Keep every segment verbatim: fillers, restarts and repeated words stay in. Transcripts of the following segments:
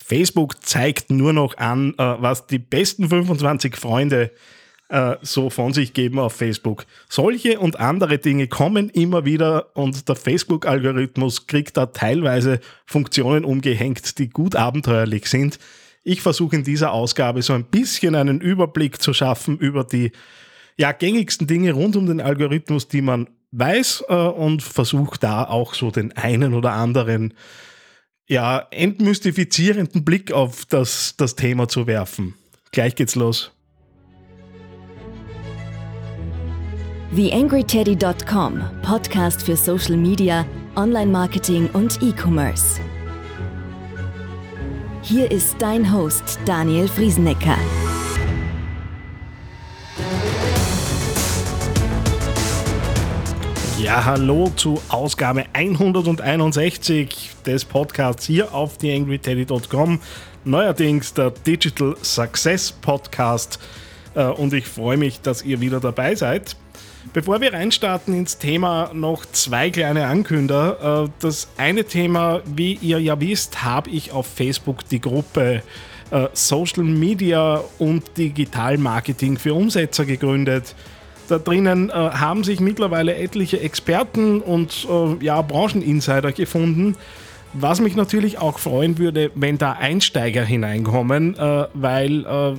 Facebook zeigt nur noch an, äh, was die besten fünfundzwanzig Freunde äh, so von sich geben auf Facebook. Solche und andere Dinge kommen immer wieder und der Facebook-Algorithmus kriegt da teilweise Funktionen umgehängt, die gut abenteuerlich sind. Ich versuche in dieser Ausgabe so ein bisschen einen Überblick zu schaffen über die ja, gängigsten Dinge rund um den Algorithmus, die man weiß, äh, und versuche da auch so den einen oder anderen ja, entmystifizierenden Blick auf das, das Thema zu werfen. Gleich geht's los. The Angry Teddy Punkt com, Podcast für Social Media, Online-Marketing und E-Commerce. Hier ist dein Host Daniel Friesenecker. Ja, hallo zu Ausgabe hunderteinundsechzig des Podcasts hier auf the angry teddy Punkt com. Neuerdings der Digital Success Podcast und ich freue mich, dass ihr wieder dabei seid. Bevor wir reinstarten ins Thema, noch zwei kleine Ankünder. Das eine Thema, wie ihr ja wisst, habe ich auf Facebook die Gruppe Social Media und Digital Marketing für Umsetzer gegründet. Da drinnen äh, haben sich mittlerweile etliche Experten und äh, ja, Brancheninsider gefunden, was mich natürlich auch freuen würde, wenn da Einsteiger hineinkommen, äh, weil äh,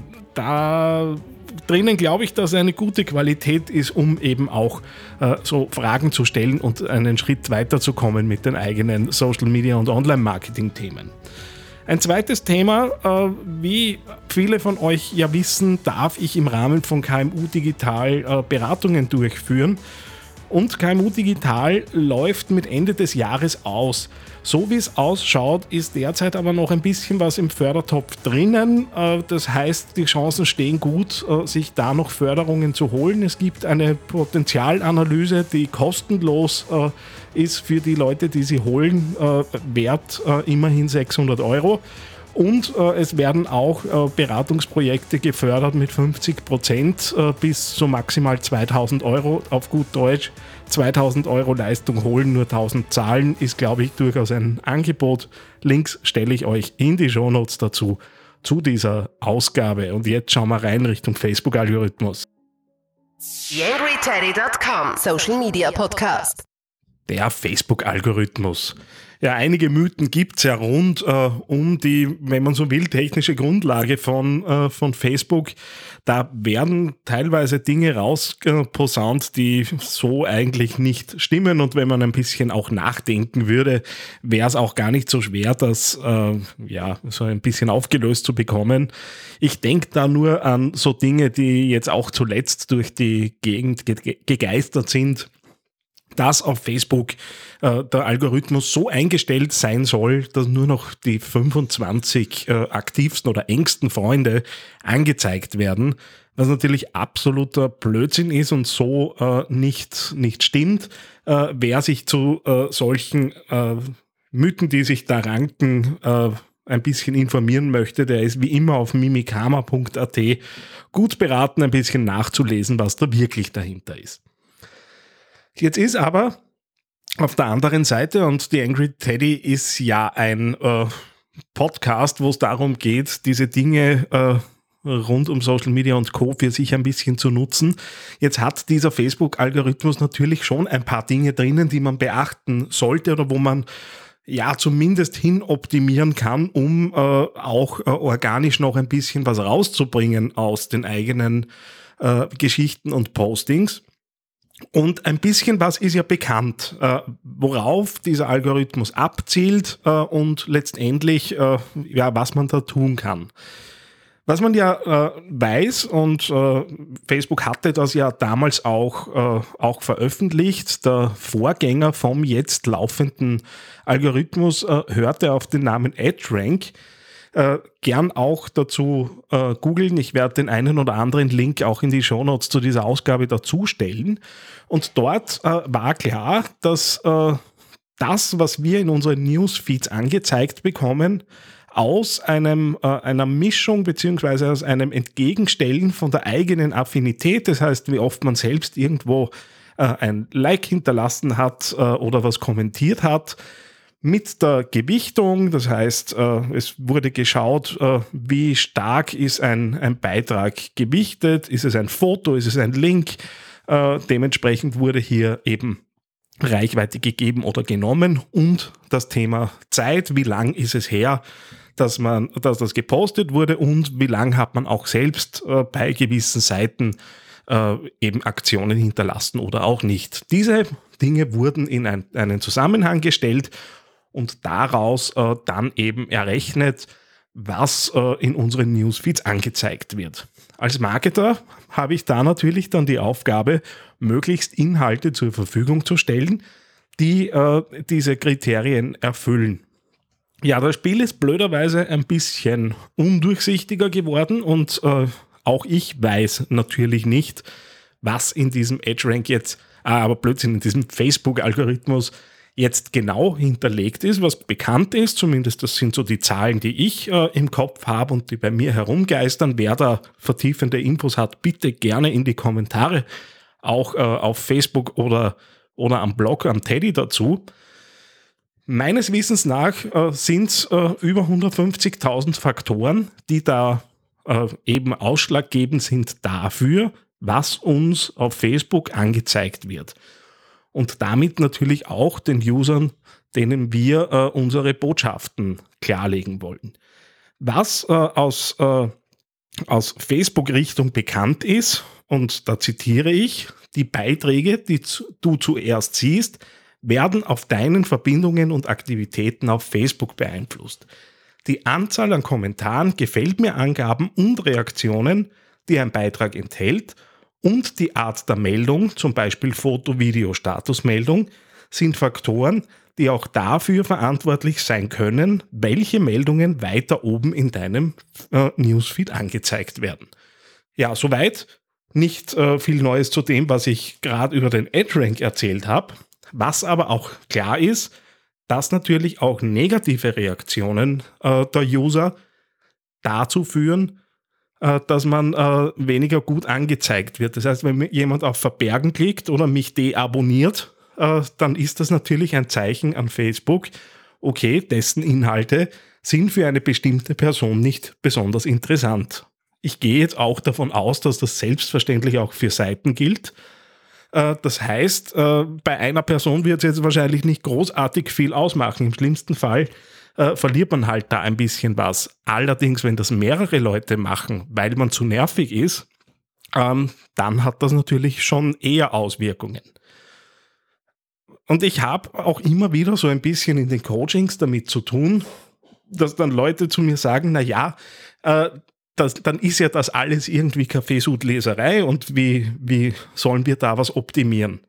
da drinnen glaube ich, dass eine gute Qualität ist, um eben auch äh, so Fragen zu stellen und einen Schritt weiterzukommen mit den eigenen Social Media und Online-Marketing-Themen. Ein zweites Thema, äh, wie viele von euch ja wissen, darf ich im Rahmen von K M U Digital äh, Beratungen durchführen. Und K M U Digital läuft mit Ende des Jahres aus. So wie es ausschaut, ist derzeit aber noch ein bisschen was im Fördertopf drinnen. Äh, das heißt, die Chancen stehen gut, äh, sich da noch Förderungen zu holen. Es gibt eine Potenzialanalyse, die kostenlos äh, ist für die Leute, die sie holen, äh, wert äh, immerhin sechshundert Euro. Und äh, es werden auch äh, Beratungsprojekte gefördert mit fünfzig Prozent äh, bis zu maximal zweitausend Euro. Auf gut Deutsch, zweitausend Euro Leistung holen, nur tausend zahlen, ist, glaube ich, durchaus ein Angebot. Links stelle ich euch in die Shownotes dazu, zu dieser Ausgabe. Und jetzt schauen wir rein Richtung Facebook-Algorithmus. the angry teddy Punkt com, Social Media Podcast. Der Facebook-Algorithmus. Ja, einige Mythen gibt es ja rund äh, um die, wenn man so will, technische Grundlage von, äh, von Facebook. Da werden teilweise Dinge rausposaunt, die so eigentlich nicht stimmen. Und wenn man ein bisschen auch nachdenken würde, wäre es auch gar nicht so schwer, das äh, ja, so ein bisschen aufgelöst zu bekommen. Ich denke da nur an so Dinge, die jetzt auch zuletzt durch die Gegend ge- gegeistert sind, dass auf Facebook äh, der Algorithmus so eingestellt sein soll, dass nur noch die fünfundzwanzig äh, aktivsten oder engsten Freunde angezeigt werden, was natürlich absoluter Blödsinn ist und so äh, nicht, nicht stimmt. Äh, wer sich zu äh, solchen äh, Mythen, die sich da ranken, äh, ein bisschen informieren möchte, der ist wie immer auf mimikama Punkt a t gut beraten, ein bisschen nachzulesen, was da wirklich dahinter ist. Jetzt ist aber auf der anderen Seite, und The Angry Teddy ist ja ein äh, Podcast, wo es darum geht, diese Dinge äh, rund um Social Media und Co. für sich ein bisschen zu nutzen. Jetzt hat dieser Facebook-Algorithmus natürlich schon ein paar Dinge drinnen, die man beachten sollte oder wo man ja zumindest hin optimieren kann, um äh, auch äh, organisch noch ein bisschen was rauszubringen aus den eigenen äh, Geschichten und Postings. Und ein bisschen was ist ja bekannt, äh, worauf dieser Algorithmus abzielt äh, und letztendlich, äh, ja, was man da tun kann. Was man ja äh, weiß, und äh, Facebook hatte das ja damals auch, äh, auch veröffentlicht, der Vorgänger vom jetzt laufenden Algorithmus äh, hörte auf den Namen EdgeRank. Äh, gern auch dazu äh, googeln. Ich werde den einen oder anderen Link auch in die Shownotes zu dieser Ausgabe dazu stellen. Und dort äh, war klar, dass äh, das, was wir in unseren Newsfeeds angezeigt bekommen, aus einem, äh, einer Mischung beziehungsweise aus einem Entgegenstellen von der eigenen Affinität, das heißt, wie oft man selbst irgendwo äh, ein Like hinterlassen hat äh, oder was kommentiert hat, mit der Gewichtung. Das heißt, äh, es wurde geschaut, äh, wie stark ist ein, ein Beitrag gewichtet, ist es ein Foto, ist es ein Link. Äh, dementsprechend wurde hier eben Reichweite gegeben oder genommen und das Thema Zeit, wie lang ist es her, dass man, dass das gepostet wurde und wie lang hat man auch selbst äh, bei gewissen Seiten äh, eben Aktionen hinterlassen oder auch nicht. Diese Dinge wurden in ein, einen Zusammenhang gestellt und daraus äh, dann eben errechnet, was äh, in unseren Newsfeeds angezeigt wird. Als Marketer habe ich da natürlich dann die Aufgabe, möglichst Inhalte zur Verfügung zu stellen, die äh, diese Kriterien erfüllen. Ja, das Spiel ist blöderweise ein bisschen undurchsichtiger geworden und äh, auch ich weiß natürlich nicht, was in diesem EdgeRank jetzt, ah, aber Blödsinn, in diesem Facebook-Algorithmus jetzt genau hinterlegt ist, was bekannt ist, zumindest das sind so die Zahlen, die ich äh, im Kopf habe und die bei mir herumgeistern. Wer da vertiefende Infos hat, bitte gerne in die Kommentare, auch äh, auf Facebook oder, oder am Blog, am Teddy dazu. Meines Wissens nach äh, sind es äh, über hundertfünfzigtausend Faktoren, die da äh, eben ausschlaggebend sind dafür, was uns auf Facebook angezeigt wird. Und damit natürlich auch den Usern, denen wir äh, unsere Botschaften klarlegen wollen. Was äh, aus, äh, aus Facebook-Richtung bekannt ist, und da zitiere ich, die Beiträge, die zu, du zuerst siehst, werden auf deinen Verbindungen und Aktivitäten auf Facebook beeinflusst. Die Anzahl an Kommentaren, Gefällt mir Angaben und Reaktionen, die ein Beitrag enthält, und die Art der Meldung, zum Beispiel Foto, Video, Statusmeldung, sind Faktoren, die auch dafür verantwortlich sein können, welche Meldungen weiter oben in deinem äh, Newsfeed angezeigt werden. Ja, soweit. Nicht äh, viel Neues zu dem, was ich gerade über den EdgeRank erzählt habe. Was aber auch klar ist, dass natürlich auch negative Reaktionen äh, der User dazu führen, äh, dass man äh, weniger gut angezeigt wird. Das heißt, wenn mir jemand auf Verbergen klickt oder mich deabonniert, äh, dann ist das natürlich ein Zeichen an Facebook, okay, dessen Inhalte sind für eine bestimmte Person nicht besonders interessant. Ich gehe jetzt auch davon aus, dass das selbstverständlich auch für Seiten gilt. Das heißt, bei einer Person wird es jetzt wahrscheinlich nicht großartig viel ausmachen. Im schlimmsten Fall äh, verliert man halt da ein bisschen was. Allerdings, wenn das mehrere Leute machen, weil man zu nervig ist, ähm, dann hat das natürlich schon eher Auswirkungen. Und ich habe auch immer wieder so ein bisschen in den Coachings damit zu tun, dass dann Leute zu mir sagen, na ja, äh, Das, dann ist ja das alles irgendwie Kaffeesudleserei und wie, wie sollen wir da was optimieren?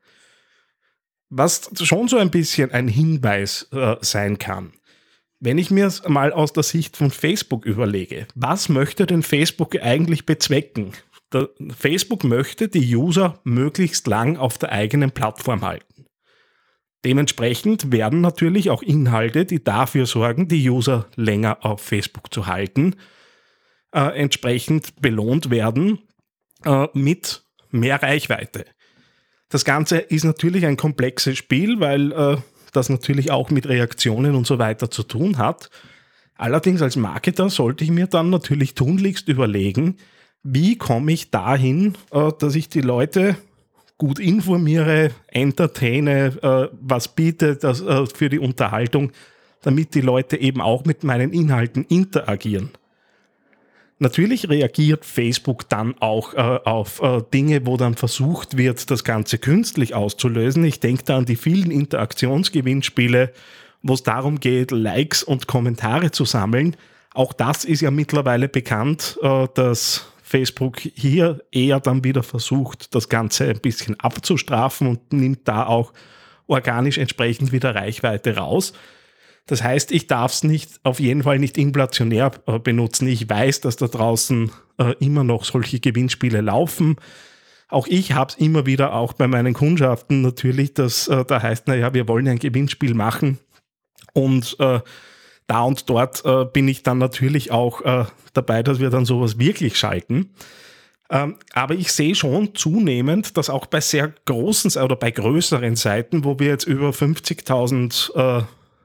Was schon so ein bisschen ein Hinweis äh, sein kann. Wenn ich mir es mal aus der Sicht von Facebook überlege, was möchte denn Facebook eigentlich bezwecken? Der, Facebook möchte die User möglichst lang auf der eigenen Plattform halten. Dementsprechend werden natürlich auch Inhalte, die dafür sorgen, die User länger auf Facebook zu halten, Äh, entsprechend belohnt werden äh, mit mehr Reichweite. Das Ganze ist natürlich ein komplexes Spiel, weil äh, das natürlich auch mit Reaktionen und so weiter zu tun hat. Allerdings als Marketer sollte ich mir dann natürlich tunlichst überlegen, wie komme ich dahin, äh, dass ich die Leute gut informiere, entertaine, äh, was biete das, äh, für die Unterhaltung, damit die Leute eben auch mit meinen Inhalten interagieren. Natürlich reagiert Facebook dann auch äh, auf äh, Dinge, wo dann versucht wird, das Ganze künstlich auszulösen. Ich denke da an die vielen Interaktionsgewinnspiele, wo es darum geht, Likes und Kommentare zu sammeln. Auch das ist ja mittlerweile bekannt, äh, dass Facebook hier eher dann wieder versucht, das Ganze ein bisschen abzustrafen und nimmt da auch organisch entsprechend wieder Reichweite raus. Das heißt, ich darf es nicht, auf jeden Fall nicht inflationär äh, benutzen. Ich weiß, dass da draußen äh, immer noch solche Gewinnspiele laufen. Auch ich habe es immer wieder auch bei meinen Kundschaften natürlich, dass äh, da heißt, naja, wir wollen ein Gewinnspiel machen. Und äh, da und dort äh, bin ich dann natürlich auch äh, dabei, dass wir dann sowas wirklich schalten. Ähm, aber ich sehe schon zunehmend, dass auch bei sehr großen oder bei größeren Seiten, wo wir jetzt über fünfzigtausend äh,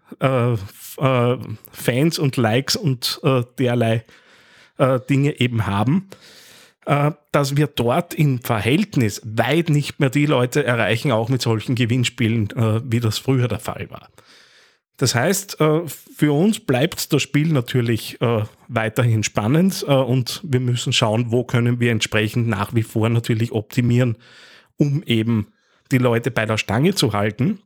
äh, äh, Fans und Likes und äh, derlei äh, Dinge eben haben, äh, dass wir dort im Verhältnis weit nicht mehr die Leute erreichen, auch mit solchen Gewinnspielen, äh, wie das früher der Fall war. Das heißt, für uns bleibt das Spiel natürlich weiterhin spannend und wir müssen schauen, wo können wir entsprechend nach wie vor natürlich optimieren, um eben die Leute bei der Stange zu halten.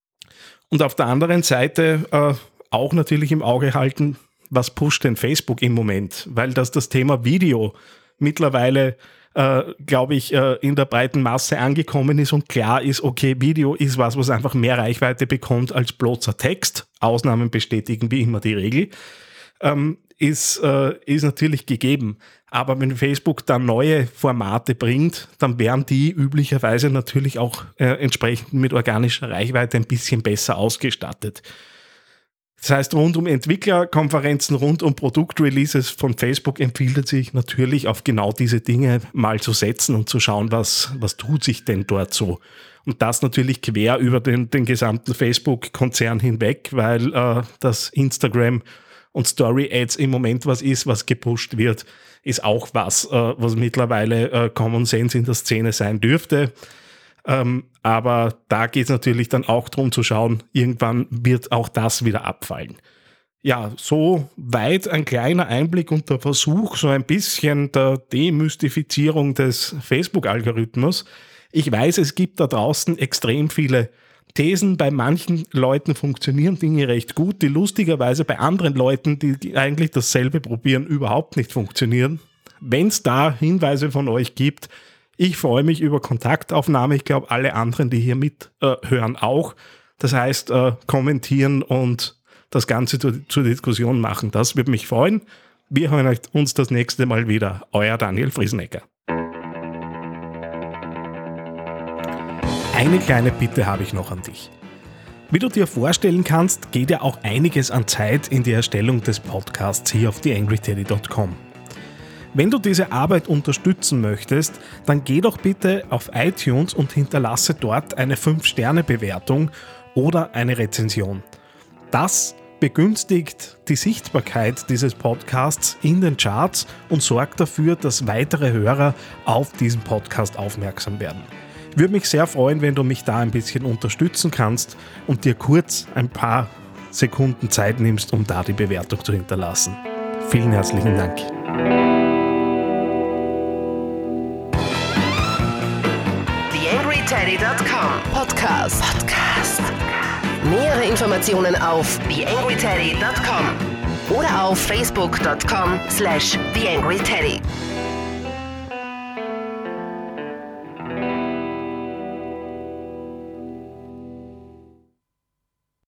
Und auf der anderen Seite auch natürlich im Auge halten, was pusht denn Facebook im Moment, weil das das Thema Video mittlerweile Uh, glaube ich, uh, in der breiten Masse angekommen ist und klar ist, okay, Video ist was, was einfach mehr Reichweite bekommt als bloßer Text. Ausnahmen bestätigen wie immer die Regel. Um, ist, uh, ist natürlich gegeben. Aber wenn Facebook dann neue Formate bringt, dann werden die üblicherweise natürlich auch uh, entsprechend mit organischer Reichweite ein bisschen besser ausgestattet. Das heißt, rund um Entwicklerkonferenzen, rund um Produktreleases von Facebook empfiehlt es sich natürlich auf genau diese Dinge mal zu setzen und zu schauen, was, was tut sich denn dort so. Und das natürlich quer über den, den gesamten Facebook-Konzern hinweg, weil äh, das Instagram und Story-Ads im Moment was ist, was gepusht wird, ist auch was, äh, was mittlerweile äh, Common Sense in der Szene sein dürfte. Ähm, aber da geht es natürlich dann auch darum zu schauen, irgendwann wird auch das wieder abfallen. Ja, so weit ein kleiner Einblick und der Versuch, so ein bisschen der Demystifizierung des Facebook-Algorithmus. Ich weiß, es gibt da draußen extrem viele Thesen. Bei manchen Leuten funktionieren Dinge recht gut, die lustigerweise bei anderen Leuten, die, die eigentlich dasselbe probieren, überhaupt nicht funktionieren. Wenn es da Hinweise von euch gibt, ich freue mich über Kontaktaufnahme. Ich glaube, alle anderen, die hier mithören, äh, auch. Das heißt, äh, kommentieren und das Ganze zu, zur Diskussion machen. Das würde mich freuen. Wir hören uns das nächste Mal wieder. Euer Daniel Friesenecker. Eine kleine Bitte habe ich noch an dich. Wie du dir vorstellen kannst, geht ja auch einiges an Zeit in die Erstellung des Podcasts hier auf the angry teddy dot com. Wenn du diese Arbeit unterstützen möchtest, dann geh doch bitte auf iTunes und hinterlasse dort eine fünf Sterne Bewertung oder eine Rezension. Das begünstigt die Sichtbarkeit dieses Podcasts in den Charts und sorgt dafür, dass weitere Hörer auf diesen Podcast aufmerksam werden. Ich würde mich sehr freuen, wenn du mich da ein bisschen unterstützen kannst und dir kurz ein paar Sekunden Zeit nimmst, um da die Bewertung zu hinterlassen. Vielen herzlichen Dank. the angry teddy dot com Podcast. Podcast. Nähere Informationen auf the angry teddy dot com oder auf facebook dot com slash the angry teddy.